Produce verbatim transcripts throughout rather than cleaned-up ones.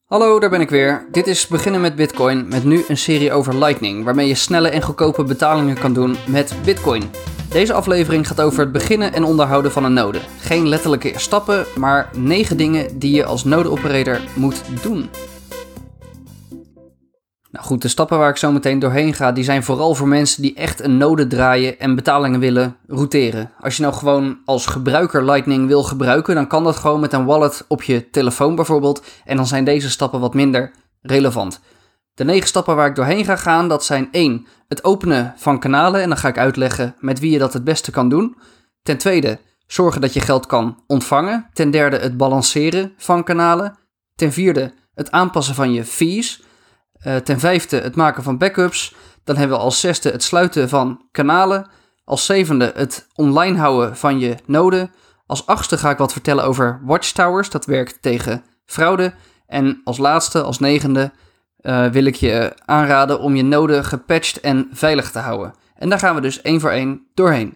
Hallo, daar ben ik weer. Dit is Beginnen met Bitcoin met nu een serie over Lightning, waarmee je snelle en goedkope betalingen kan doen met Bitcoin. Deze aflevering gaat over het beginnen en onderhouden van een node. Geen letterlijke stappen, maar negen dingen die je als node-operator moet doen. Nou goed, de stappen waar ik zo meteen doorheen ga, die zijn vooral voor mensen die echt een node draaien en betalingen willen routeren. Als je nou gewoon als gebruiker Lightning wil gebruiken, dan kan dat gewoon met een wallet op je telefoon bijvoorbeeld. En dan zijn deze stappen wat minder relevant. De negen stappen waar ik doorheen ga gaan, dat zijn één. Het openen van kanalen en dan ga ik uitleggen met wie je dat het beste kan doen. Ten tweede, zorgen dat je geld kan ontvangen. Ten derde, het balanceren van kanalen. Ten vierde, het aanpassen van je fees. Uh, ten vijfde het maken van backups. Dan hebben we als zesde het sluiten van kanalen. Als zevende het online houden van je node. Als achtste ga ik wat vertellen over watchtowers. Dat werkt tegen fraude. En als laatste, als negende, uh, wil ik je aanraden om je node gepatcht en veilig te houden. En daar gaan we dus één voor één doorheen.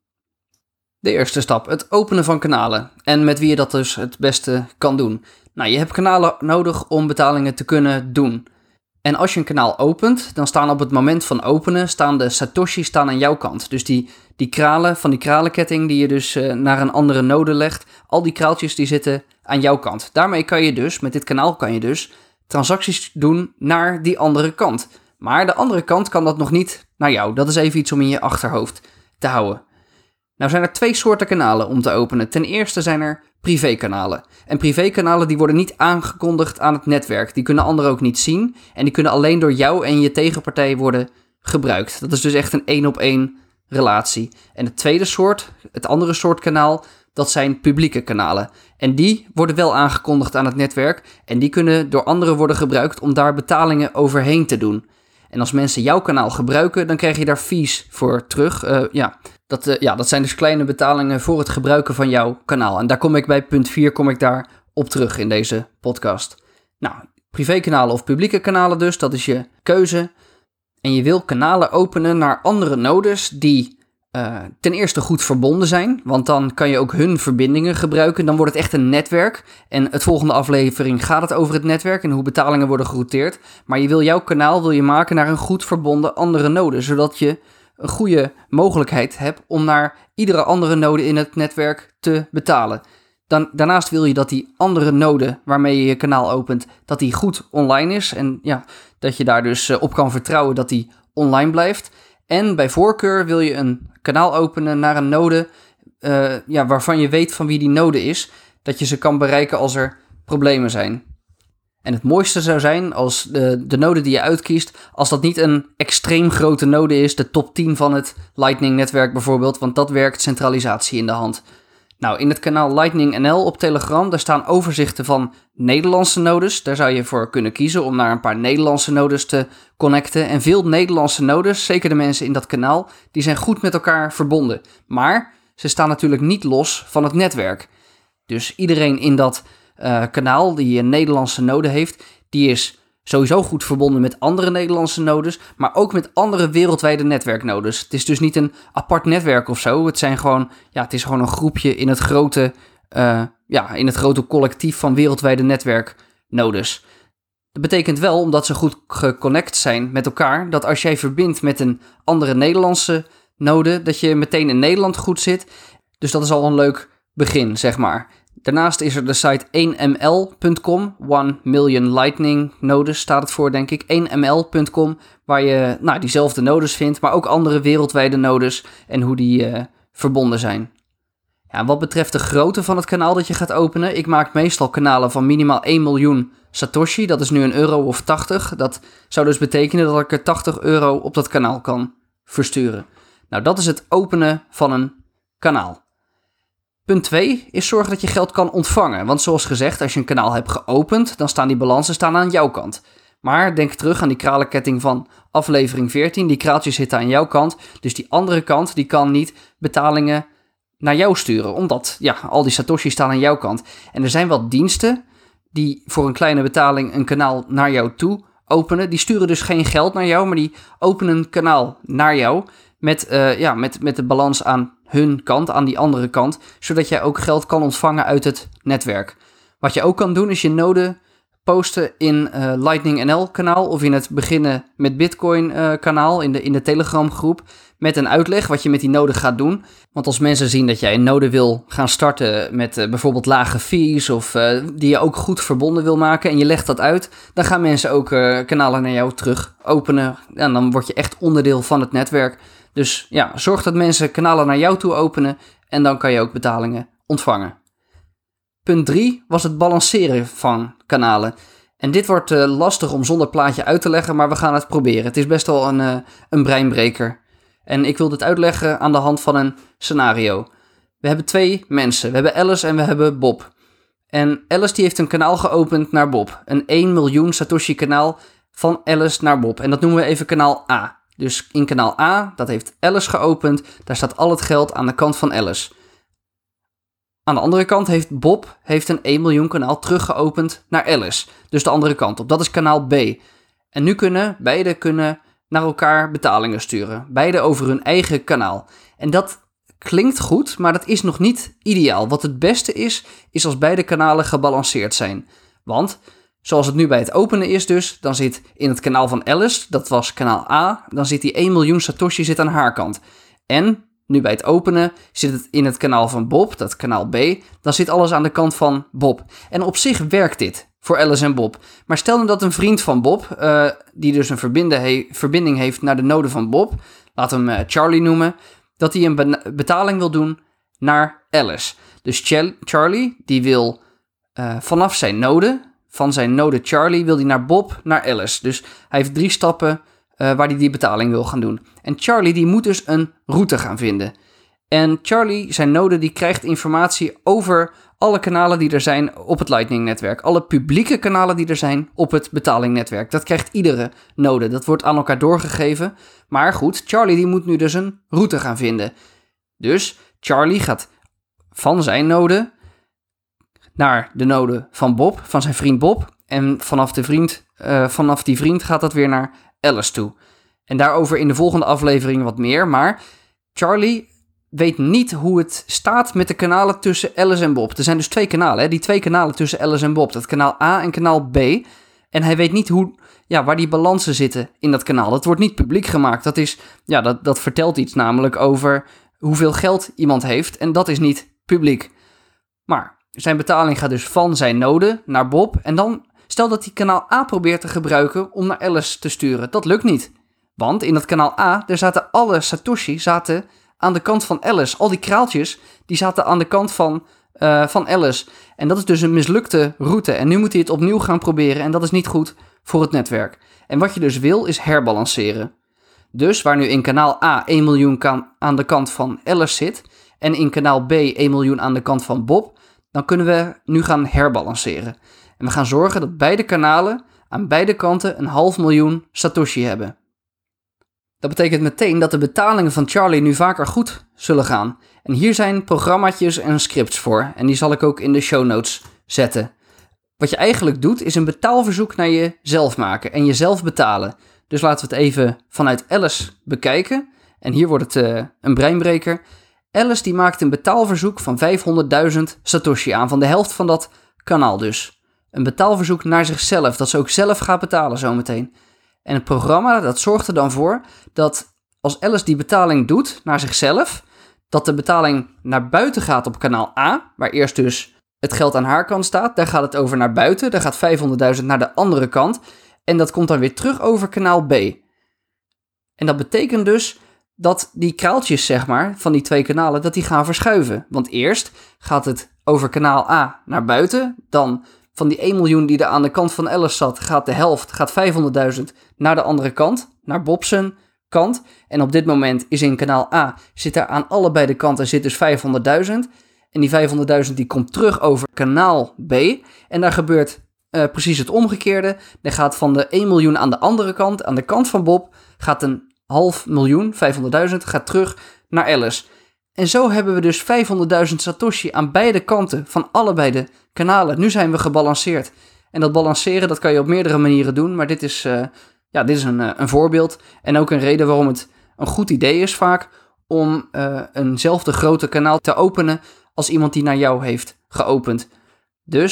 De eerste stap, het openen van kanalen. En met wie je dat dus het beste kan doen. Nou, je hebt kanalen nodig om betalingen te kunnen doen. En als je een kanaal opent, dan staan op het moment van openen, staan de satoshis staan aan jouw kant. Dus die, die kralen van die kralenketting die je dus uh, naar een andere node legt, al die kraaltjes die zitten aan jouw kant. Daarmee kan je dus, met dit kanaal kan je dus, transacties doen naar die andere kant. Maar de andere kant kan dat nog niet naar jou. Dat is even iets om in je achterhoofd te houden. Nou zijn er twee soorten kanalen om te openen. Ten eerste zijn er privékanalen. En privékanalen die worden niet aangekondigd aan het netwerk. Die kunnen anderen ook niet zien. En die kunnen alleen door jou en je tegenpartij worden gebruikt. Dat is dus echt een één op één relatie. En het tweede soort, het andere soort kanaal, dat zijn publieke kanalen. En die worden wel aangekondigd aan het netwerk. En die kunnen door anderen worden gebruikt om daar betalingen overheen te doen. En als mensen jouw kanaal gebruiken, dan krijg je daar fees voor terug. Uh, ja, dat, uh, ja, dat zijn dus kleine betalingen voor het gebruiken van jouw kanaal. En daar kom ik bij punt vier kom ik daar op terug in deze podcast. Nou, privékanalen of publieke kanalen dus, dat is je keuze. En je wil kanalen openen naar andere nodes die uh, ten eerste goed verbonden zijn. Want dan kan je ook hun verbindingen gebruiken. Dan wordt het echt een netwerk. En het volgende aflevering gaat het over het netwerk en hoe betalingen worden gerouteerd. Maar je wil jouw kanaal wil je maken naar een goed verbonden andere node. Zodat je een goede mogelijkheid hebt om naar iedere andere node in het netwerk te betalen. Dan, daarnaast wil je dat die andere node waarmee je je kanaal opent, dat die goed online is. En ja, dat je daar dus op kan vertrouwen dat die online blijft. En bij voorkeur wil je een kanaal openen naar een node uh, ja, waarvan je weet van wie die node is. Dat je ze kan bereiken als er problemen zijn. En het mooiste zou zijn als de, de node die je uitkiest, als dat niet een extreem grote node is, de top tien van het Lightning-netwerk bijvoorbeeld, want dat werkt centralisatie in de hand. Nou, in het kanaal Lightning N L op Telegram, daar staan overzichten van Nederlandse nodes. Daar zou je voor kunnen kiezen om naar een paar Nederlandse nodes te connecten. En veel Nederlandse nodes, zeker de mensen in dat kanaal, die zijn goed met elkaar verbonden. Maar ze staan natuurlijk niet los van het netwerk. Dus iedereen in dat uh, kanaal die een Nederlandse node heeft, die is sowieso goed verbonden met andere Nederlandse nodes, maar ook met andere wereldwijde netwerknodes. Het is dus niet een apart netwerk of zo. Het zijn gewoon, ja, het is gewoon een groepje in het grote, uh, ja, in het grote collectief van wereldwijde netwerknodes. Dat betekent wel, omdat ze goed geconnect zijn met elkaar, dat als jij verbindt met een andere Nederlandse node, dat je meteen in Nederland goed zit. Dus dat is al een leuk begin, zeg maar. Daarnaast is er de site één m l punt com, one million lightning nodes staat het voor, denk ik, één m l punt com, waar je nou, diezelfde nodes vindt, maar ook andere wereldwijde nodes en hoe die uh, verbonden zijn. Ja, wat betreft de grootte van het kanaal dat je gaat openen, ik maak meestal kanalen van minimaal één miljoen satoshi, dat is nu een euro of tachtig. Dat zou dus betekenen dat ik er tachtig euro op dat kanaal kan versturen. Nou, dat is het openen van een kanaal. Punt twee is zorgen dat je geld kan ontvangen. Want zoals gezegd, als je een kanaal hebt geopend, dan staan die balansen staan aan jouw kant. Maar denk terug aan die kralenketting van aflevering veertien. Die kraaltjes zitten aan jouw kant. Dus die andere kant die kan niet betalingen naar jou sturen. Omdat ja, al die satoshis staan aan jouw kant. En er zijn wel diensten die voor een kleine betaling een kanaal naar jou toe openen. Die sturen dus geen geld naar jou, maar die openen een kanaal naar jou met, uh, ja, met, met de balans aan hun kant, aan die andere kant, zodat jij ook geld kan ontvangen uit het netwerk. Wat je ook kan doen is je node posten in uh, Lightning N L kanaal of in het Beginnen met Bitcoin uh, kanaal in de, in de Telegram groep met een uitleg wat je met die node gaat doen. Want als mensen zien dat jij een node wil gaan starten met uh, bijvoorbeeld lage fees of uh, die je ook goed verbonden wil maken en je legt dat uit, dan gaan mensen ook uh, kanalen naar jou terug openen en dan word je echt onderdeel van het netwerk. Dus ja, zorg dat mensen kanalen naar jou toe openen en dan kan je ook betalingen ontvangen. Punt drie was het balanceren van kanalen. En dit wordt uh, lastig om zonder plaatje uit te leggen, maar we gaan het proberen. Het is best wel een, uh, een breinbreker. En ik wil dit uitleggen aan de hand van een scenario. We hebben twee mensen. We hebben Alice en we hebben Bob. En Alice die heeft een kanaal geopend naar Bob. Een één miljoen Satoshi kanaal van Alice naar Bob. En dat noemen we even kanaal A. Dus in kanaal A, dat heeft Alice geopend. Daar staat al het geld aan de kant van Alice. Aan de andere kant heeft Bob heeft een één miljoen kanaal teruggeopend naar Alice. Dus de andere kant op. Dat is kanaal B. En nu kunnen beide kunnen naar elkaar betalingen sturen. Beide over hun eigen kanaal. En dat klinkt goed, maar dat is nog niet ideaal. Wat het beste is, is als beide kanalen gebalanceerd zijn. Want, zoals het nu bij het openen is dus, dan zit in het kanaal van Alice, dat was kanaal A, dan zit die één miljoen Satoshi zit aan haar kant. En nu bij het openen zit het in het kanaal van Bob, dat kanaal B, dan zit alles aan de kant van Bob. En op zich werkt dit voor Alice en Bob. Maar stel nou dat een vriend van Bob, uh, die dus een verbinde he- verbinding heeft naar de node van Bob, laat hem uh, Charlie noemen, dat hij een be- betaling wil doen naar Alice. Dus Ch- Charlie, die wil uh, vanaf zijn node, van zijn node Charlie, wil hij naar Bob, naar Alice. Dus hij heeft drie stappen Uh, waar hij die betaling wil gaan doen. En Charlie die moet dus een route gaan vinden. En Charlie, zijn node, die krijgt informatie over alle kanalen die er zijn op het Lightning-netwerk. Alle publieke kanalen die er zijn op het betalingnetwerk. Dat krijgt iedere node. Dat wordt aan elkaar doorgegeven. Maar goed, Charlie die moet nu dus een route gaan vinden. Dus Charlie gaat van zijn node naar de node van Bob, van zijn vriend Bob. En vanaf, de vriend, uh, vanaf die vriend gaat dat weer naar Alice toe. En daarover in de volgende aflevering wat meer. Maar Charlie weet niet hoe het staat met de kanalen tussen Alice en Bob. Er zijn dus twee kanalen, hè? Die twee kanalen tussen Alice en Bob. Dat kanaal A en kanaal B. En hij weet niet hoe, ja, waar die balansen zitten in dat kanaal. Dat wordt niet publiek gemaakt. Dat, is, ja, dat, dat vertelt iets namelijk over hoeveel geld iemand heeft. En dat is niet publiek. Maar zijn betaling gaat dus van zijn node naar Bob. En dan stel dat hij kanaal A probeert te gebruiken om naar Alice te sturen. Dat lukt niet. Want in dat kanaal A, daar zaten alle Satoshi zaten aan de kant van Alice. Al die kraaltjes, die zaten aan de kant van, uh, van Alice. En dat is dus een mislukte route. En nu moet hij het opnieuw gaan proberen. En dat is niet goed voor het netwerk. En wat je dus wil, is herbalanceren. Dus waar nu in kanaal A één miljoen kan aan de kant van Alice zit. En in kanaal B één miljoen aan de kant van Bob. Dan kunnen we nu gaan herbalanceren. En we gaan zorgen dat beide kanalen aan beide kanten een half miljoen Satoshi hebben. Dat betekent meteen dat de betalingen van Charlie nu vaker goed zullen gaan. En hier zijn programmaatjes en scripts voor. En die zal ik ook in de show notes zetten. Wat je eigenlijk doet is een betaalverzoek naar jezelf maken en jezelf betalen. Dus laten we het even vanuit Alice bekijken. En hier wordt het uh, een breinbreker. Alice die maakt een betaalverzoek van vijfhonderdduizend Satoshi aan. Van de helft van dat kanaal dus. Een betaalverzoek naar zichzelf, dat ze ook zelf gaat betalen zometeen. En het programma dat zorgt er dan voor dat als Alice die betaling doet naar zichzelf, dat de betaling naar buiten gaat op kanaal A, waar eerst dus het geld aan haar kant staat. Daar gaat het over naar buiten, daar gaat vijfhonderdduizend naar de andere kant. En dat komt dan weer terug over kanaal B. En dat betekent dus dat die kraaltjes, zeg maar, van die twee kanalen, dat die gaan verschuiven. Want eerst gaat het over kanaal A naar buiten, dan van die één miljoen die er aan de kant van Alice zat, gaat de helft, gaat vijfhonderdduizend naar de andere kant, naar Bob's kant. En op dit moment is in kanaal A, zit er aan allebei de kanten zit dus vijfhonderdduizend. En die vijfhonderdduizend die komt terug over kanaal B. En daar gebeurt uh, precies het omgekeerde. Er gaat van de één miljoen aan de andere kant, aan de kant van Bob, gaat een half miljoen, vijfhonderdduizend, gaat terug naar Alice. En zo hebben we dus vijfhonderdduizend Satoshi aan beide kanten van allebei de kanalen. Nu zijn we gebalanceerd. En dat balanceren, dat kan je op meerdere manieren doen. Maar dit is, uh, ja, dit is een, uh, een voorbeeld. En ook een reden waarom het een goed idee is vaak om uh, eenzelfde grote kanaal te openen als iemand die naar jou heeft geopend. Dus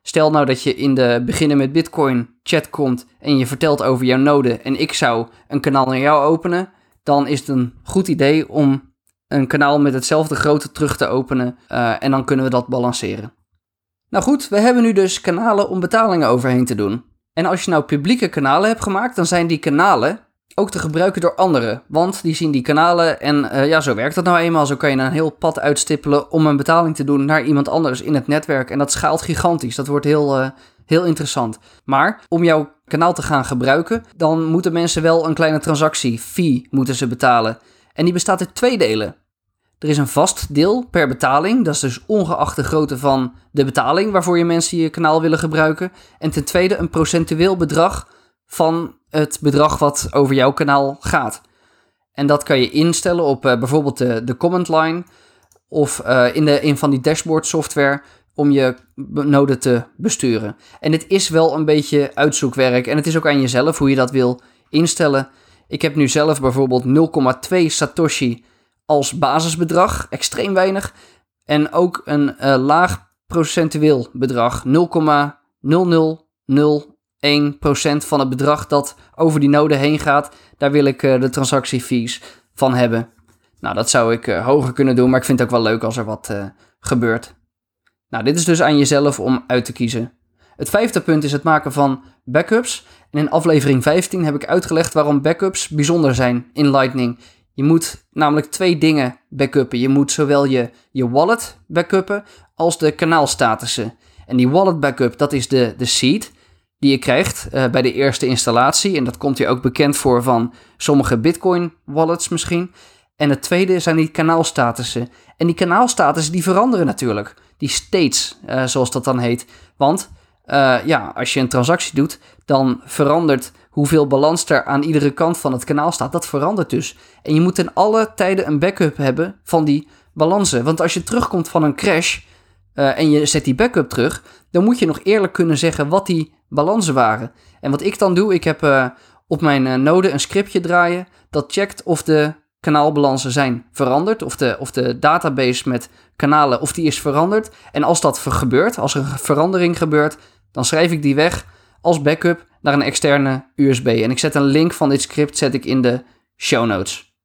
Stel nou dat je in de Beginnen met Bitcoin chat komt en je vertelt over jouw node en ik zou een kanaal naar jou openen, dan is het een goed idee om een kanaal met hetzelfde grootte terug te openen uh, en dan kunnen we dat balanceren. Nou goed, we hebben nu dus kanalen om betalingen overheen te doen. En als je nou publieke kanalen hebt gemaakt, dan zijn die kanalen ook te gebruiken door anderen. Want die zien die kanalen en uh, ja, zo werkt dat nou eenmaal. Zo kan je een heel pad uitstippelen om een betaling te doen naar iemand anders in het netwerk. En dat schaalt gigantisch. Dat wordt heel, uh, heel interessant. Maar om jouw kanaal te gaan gebruiken, dan moeten mensen wel een kleine transactie-fee moeten ze betalen. En die bestaat uit twee delen. Er is een vast deel per betaling. Dat is dus ongeacht de grootte van de betaling waarvoor je mensen je kanaal willen gebruiken. En ten tweede een procentueel bedrag van het bedrag wat over jouw kanaal gaat. En dat kan je instellen op uh, bijvoorbeeld de, de command line of uh, in de, een van die dashboard software om je node te besturen. En het is wel een beetje uitzoekwerk en het is ook aan jezelf hoe je dat wil instellen. Ik heb nu zelf bijvoorbeeld nul komma twee Satoshi als basisbedrag, extreem weinig. En ook een uh, laag procentueel bedrag, nul komma nul nul nul één procent van het bedrag dat over die node heen gaat. Daar wil ik uh, de transactiefees van hebben. Nou, dat zou ik uh, hoger kunnen doen, maar ik vind het ook wel leuk als er wat uh, gebeurt. Nou, dit is dus aan jezelf om uit te kiezen. Het vijfde punt is het maken van backups. En in aflevering vijftien heb ik uitgelegd waarom backups bijzonder zijn in Lightning. Je moet namelijk twee dingen backuppen. Je moet zowel je, je wallet backuppen als de kanaalstatussen. En die wallet backup, dat is de, de seed die je krijgt uh, bij de eerste installatie. En dat komt hier ook bekend voor van sommige Bitcoin wallets misschien. En het tweede zijn die kanaalstatussen. En die kanaalstatussen die veranderen natuurlijk. Die states, uh, zoals dat dan heet. Want uh, ja, als je een transactie doet, dan verandert hoeveel balans er aan iedere kant van het kanaal staat. Dat verandert dus. En je moet in alle tijden een backup hebben van die balansen. Want als je terugkomt van een crash uh, en je zet die backup terug, dan moet je nog eerlijk kunnen zeggen wat die balansen waren. En wat ik dan doe, ik heb uh, op mijn uh, node een scriptje draaien dat checkt of de kanaalbalansen zijn veranderd, of de, of de database met kanalen, of die is veranderd. En als dat gebeurt, als er een verandering gebeurt, dan schrijf ik die weg als backup naar een externe U S B. En ik zet een link van dit script zet ik in de show notes.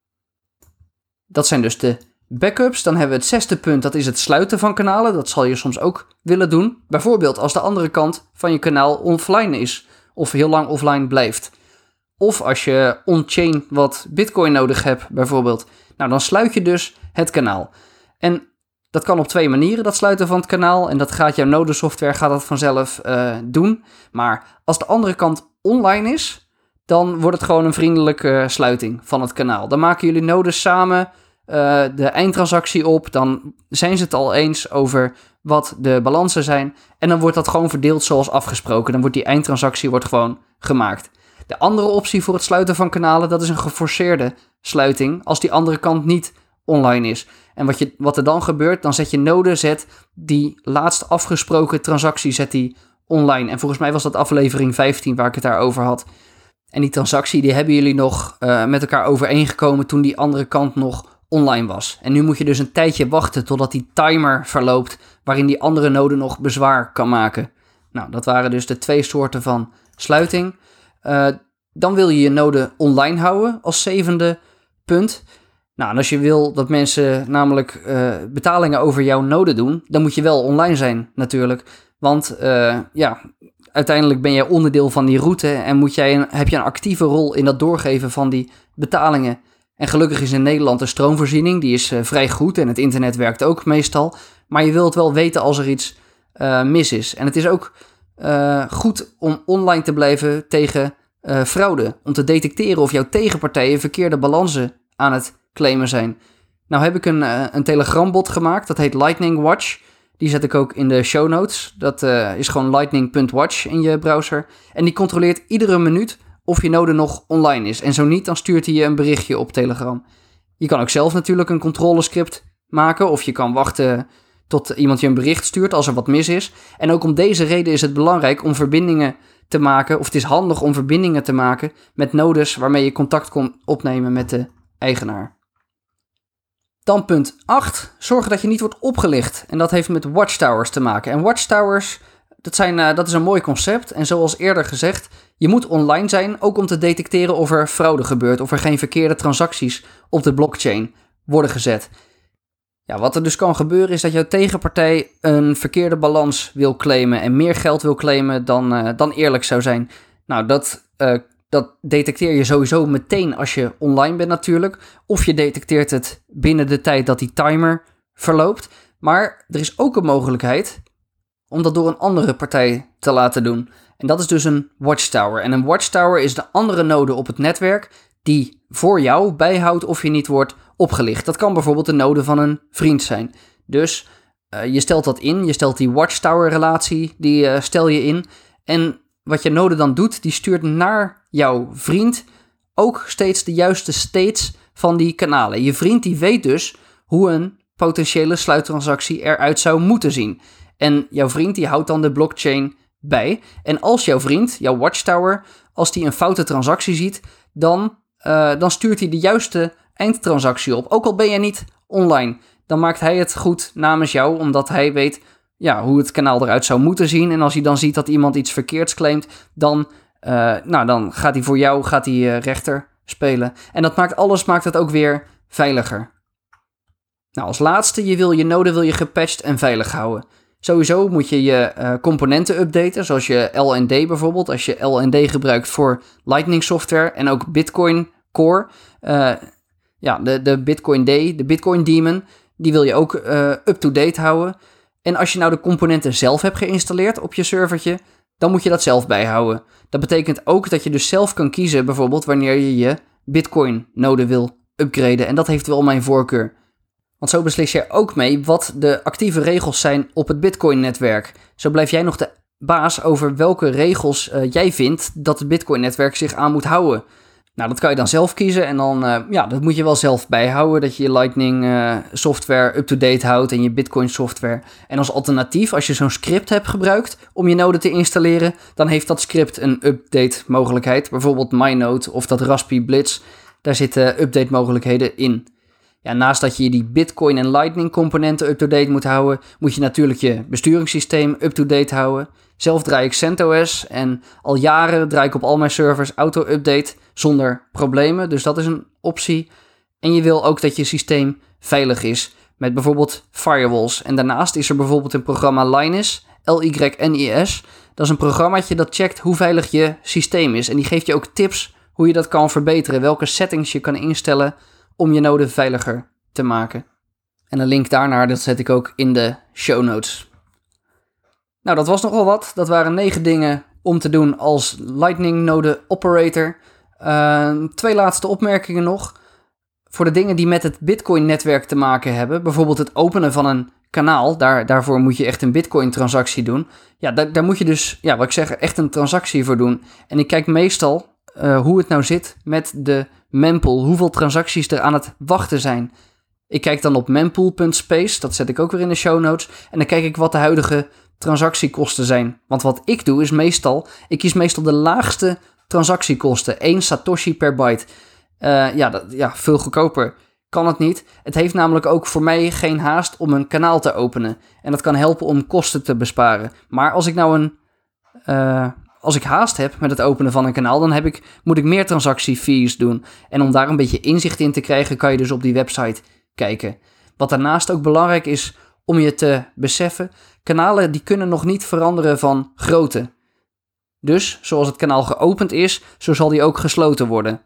Dat zijn dus de backups. Dan hebben we het zesde punt, dat is het sluiten van kanalen. Dat zal je soms ook willen doen. Bijvoorbeeld als de andere kant van je kanaal offline is, of heel lang offline blijft. Of als je on-chain wat Bitcoin nodig hebt, bijvoorbeeld. Nou, dan sluit je dus het kanaal. En dat kan op twee manieren, dat sluiten van het kanaal. En dat gaat jouw nodesoftware gaat dat vanzelf uh, doen. Maar als de andere kant online is, dan wordt het gewoon een vriendelijke sluiting van het kanaal. Dan maken jullie nodes samen uh, de eindtransactie op. Dan zijn ze het al eens over wat de balansen zijn. En dan wordt dat gewoon verdeeld zoals afgesproken. Dan wordt die eindtransactie wordt gewoon gemaakt. De andere optie voor het sluiten van kanalen, dat is een geforceerde sluiting als die andere kant niet online is. En wat, je, wat er dan gebeurt, dan zet je node, zet die laatst afgesproken transactie, zet die online. En volgens mij was dat aflevering vijftien waar ik het daarover had. En die transactie, die hebben jullie nog uh, met elkaar overeengekomen toen die andere kant nog online was. En nu moet je dus een tijdje wachten totdat die timer verloopt waarin die andere node nog bezwaar kan maken. Nou, dat waren dus de twee soorten van sluiting. Uh, dan wil je je node online houden als zevende punt. Nou, en als je wil dat mensen namelijk uh, betalingen over jouw node doen, dan moet je wel online zijn natuurlijk. Want uh, ja, uiteindelijk ben jij onderdeel van die route en moet jij een, heb je een actieve rol in dat doorgeven van die betalingen. En gelukkig is in Nederland de stroomvoorziening, die is uh, vrij goed en het internet werkt ook meestal. Maar je wilt wel weten als er iets uh, mis is. En het is ook uh, goed om online te blijven tegen uh, fraude. Om te detecteren of jouw tegenpartijen verkeerde balansen aan het claimen zijn. Nou heb ik een, uh, een Telegram-bot gemaakt, dat heet Lightning Watch. Die zet ik ook in de show notes. Dat uh, is gewoon lightning punt watch in je browser. En die controleert iedere minuut of je node nog online is. En zo niet, dan stuurt hij je een berichtje op Telegram. Je kan ook zelf natuurlijk een controlescript maken. Of je kan wachten tot iemand je een bericht stuurt als er wat mis is. En ook om deze reden is het belangrijk om verbindingen te maken. Of het is handig om verbindingen te maken met nodes waarmee je contact kon opnemen met de eigenaar. Dan punt acht. Zorg dat je niet wordt opgelicht. En dat heeft met watchtowers te maken. En watchtowers dat, zijn, uh, dat is een mooi concept. En zoals eerder gezegd, je moet online zijn, ook om te detecteren of er fraude gebeurt, of er geen verkeerde transacties op de blockchain worden gezet. Ja, wat er dus kan gebeuren is dat jouw tegenpartij een verkeerde balans wil claimen en meer geld wil claimen dan, uh, dan eerlijk zou zijn. Nou, dat, uh, dat detecteer je sowieso meteen als je online bent natuurlijk. Of je detecteert het binnen de tijd dat die timer verloopt. Maar er is ook een mogelijkheid om dat door een andere partij te laten doen. En dat is dus een watchtower. En een watchtower is de andere node op het netwerk die voor jou bijhoudt of je niet wordt opgelicht. Dat kan bijvoorbeeld de node van een vriend zijn. Dus uh, je stelt dat in, je stelt die watchtower relatie, die uh, stel je in. En wat je node dan doet, die stuurt naar jouw vriend ook steeds de juiste states van die kanalen. Je vriend die weet dus hoe een potentiële sluittransactie eruit zou moeten zien. En jouw vriend die houdt dan de blockchain bij. En als jouw vriend, jouw watchtower, als die een foute transactie ziet, dan, uh, dan stuurt hij de juiste eindtransactie op. Ook al ben je niet online, dan maakt hij het goed namens jou, omdat hij weet ja, hoe het kanaal eruit zou moeten zien. En als hij dan ziet dat iemand iets verkeerds claimt, dan, uh, nou, dan gaat hij voor jou gaat hij, uh, rechter spelen. En dat maakt alles maakt het ook weer veiliger. Nou, als laatste, je wil je node wil je gepatcht en veilig houden. Sowieso moet je je uh, componenten updaten, zoals je L N D bijvoorbeeld. Als je L N D gebruikt voor Lightning software en ook Bitcoin Core, uh, ja, de, de Bitcoin D, de Bitcoin Daemon, die wil je ook uh, up-to-date houden. En als je nou de componenten zelf hebt geïnstalleerd op je servertje, dan moet je dat zelf bijhouden. Dat betekent ook dat je dus zelf kan kiezen, bijvoorbeeld wanneer je je Bitcoin-node wil upgraden. En dat heeft wel mijn voorkeur. Want zo beslis jij ook mee wat de actieve regels zijn op het Bitcoin-netwerk. Zo blijf jij nog de baas over welke regels uh, jij vindt dat het Bitcoin-netwerk zich aan moet houden. Nou, dat kan je dan zelf kiezen en dan, uh, ja, dat moet je wel zelf bijhouden, dat je je Lightning uh, software up-to-date houdt en je Bitcoin software. En als alternatief, als je zo'n script hebt gebruikt om je node te installeren, dan heeft dat script een update mogelijkheid. Bijvoorbeeld MyNode of dat Raspberry Blitz, daar zitten update mogelijkheden in. Ja, naast dat je die Bitcoin en Lightning componenten up-to-date moet houden, moet je natuurlijk je besturingssysteem up-to-date houden. Zelf draai ik CentOS en al jaren draai ik op al mijn servers auto-update zonder problemen. Dus dat is een optie. En je wil ook dat je systeem veilig is met bijvoorbeeld firewalls. En daarnaast is er bijvoorbeeld een programma Linus, L Y N I S. Dat is een programmaatje dat checkt hoe veilig je systeem is. En die geeft je ook tips hoe je dat kan verbeteren. Welke settings je kan instellen om je node veiliger te maken. En een link daarnaar, dat zet ik ook in de show notes. Nou, dat was nogal wat. Dat waren negen dingen om te doen als Lightning node operator. Uh, twee laatste opmerkingen nog. Voor de dingen die met het Bitcoin-netwerk te maken hebben, bijvoorbeeld het openen van een kanaal, daar, daarvoor moet je echt een Bitcoin-transactie doen. Ja, daar, daar moet je dus, ja, wat ik zeg, echt een transactie voor doen. En ik kijk meestal uh, hoe het nou zit met de mempool, hoeveel transacties er aan het wachten zijn. Ik kijk dan op mempool punt space, dat zet ik ook weer in de show notes, en dan kijk ik wat de huidige transactiekosten zijn. Want wat ik doe is meestal, ik kies meestal de laagste transactiekosten, één satoshi per byte. Uh, ja, dat, ja, veel goedkoper kan het niet. Het heeft namelijk ook voor mij geen haast om een kanaal te openen. En dat kan helpen om kosten te besparen. Maar als ik nou een... Uh, als ik haast heb met het openen van een kanaal, dan heb ik, moet ik meer transactiefees doen. En om daar een beetje inzicht in te krijgen, kan je dus op die website kijken. Wat daarnaast ook belangrijk is om je te beseffen, kanalen die kunnen nog niet veranderen van grootte. Dus, zoals het kanaal geopend is, zo zal die ook gesloten worden.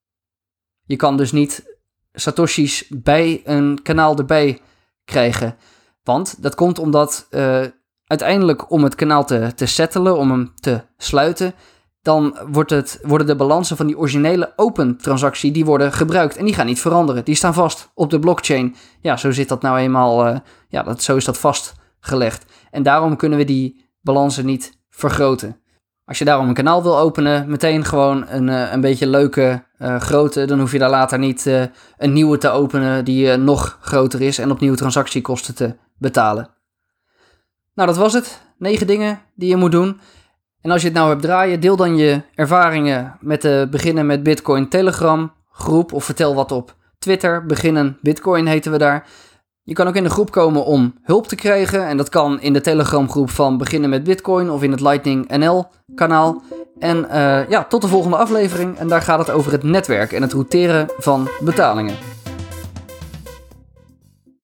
Je kan dus niet satoshis bij een kanaal erbij krijgen. Want dat komt omdat uh, uiteindelijk om het kanaal te, te settelen, om hem te sluiten, dan wordt het, worden de balansen van die originele open transactie, die worden gebruikt en die gaan niet veranderen. Die staan vast op de blockchain. Ja, zo zit dat nou eenmaal, uh, ja, dat, zo is dat vastgelegd. En daarom kunnen we die balansen niet vergroten. Als je daarom een kanaal wil openen, meteen gewoon een, uh, een beetje leuke uh, grootte, dan hoef je daar later niet uh, een nieuwe te openen die uh, nog groter is en opnieuw transactiekosten te betalen. Nou, dat was het. Negen dingen die je moet doen. En als je het nou hebt draaien, deel dan je ervaringen met de Beginnen met Bitcoin Telegram groep of vertel wat op Twitter. Beginnen Bitcoin heten we daar. Je kan ook in de groep komen om hulp te krijgen. En dat kan in de Telegram groep van Beginnen met Bitcoin of in het Lightning N L kanaal. En uh, ja, tot de volgende aflevering. En daar gaat het over het netwerk en het routeren van betalingen.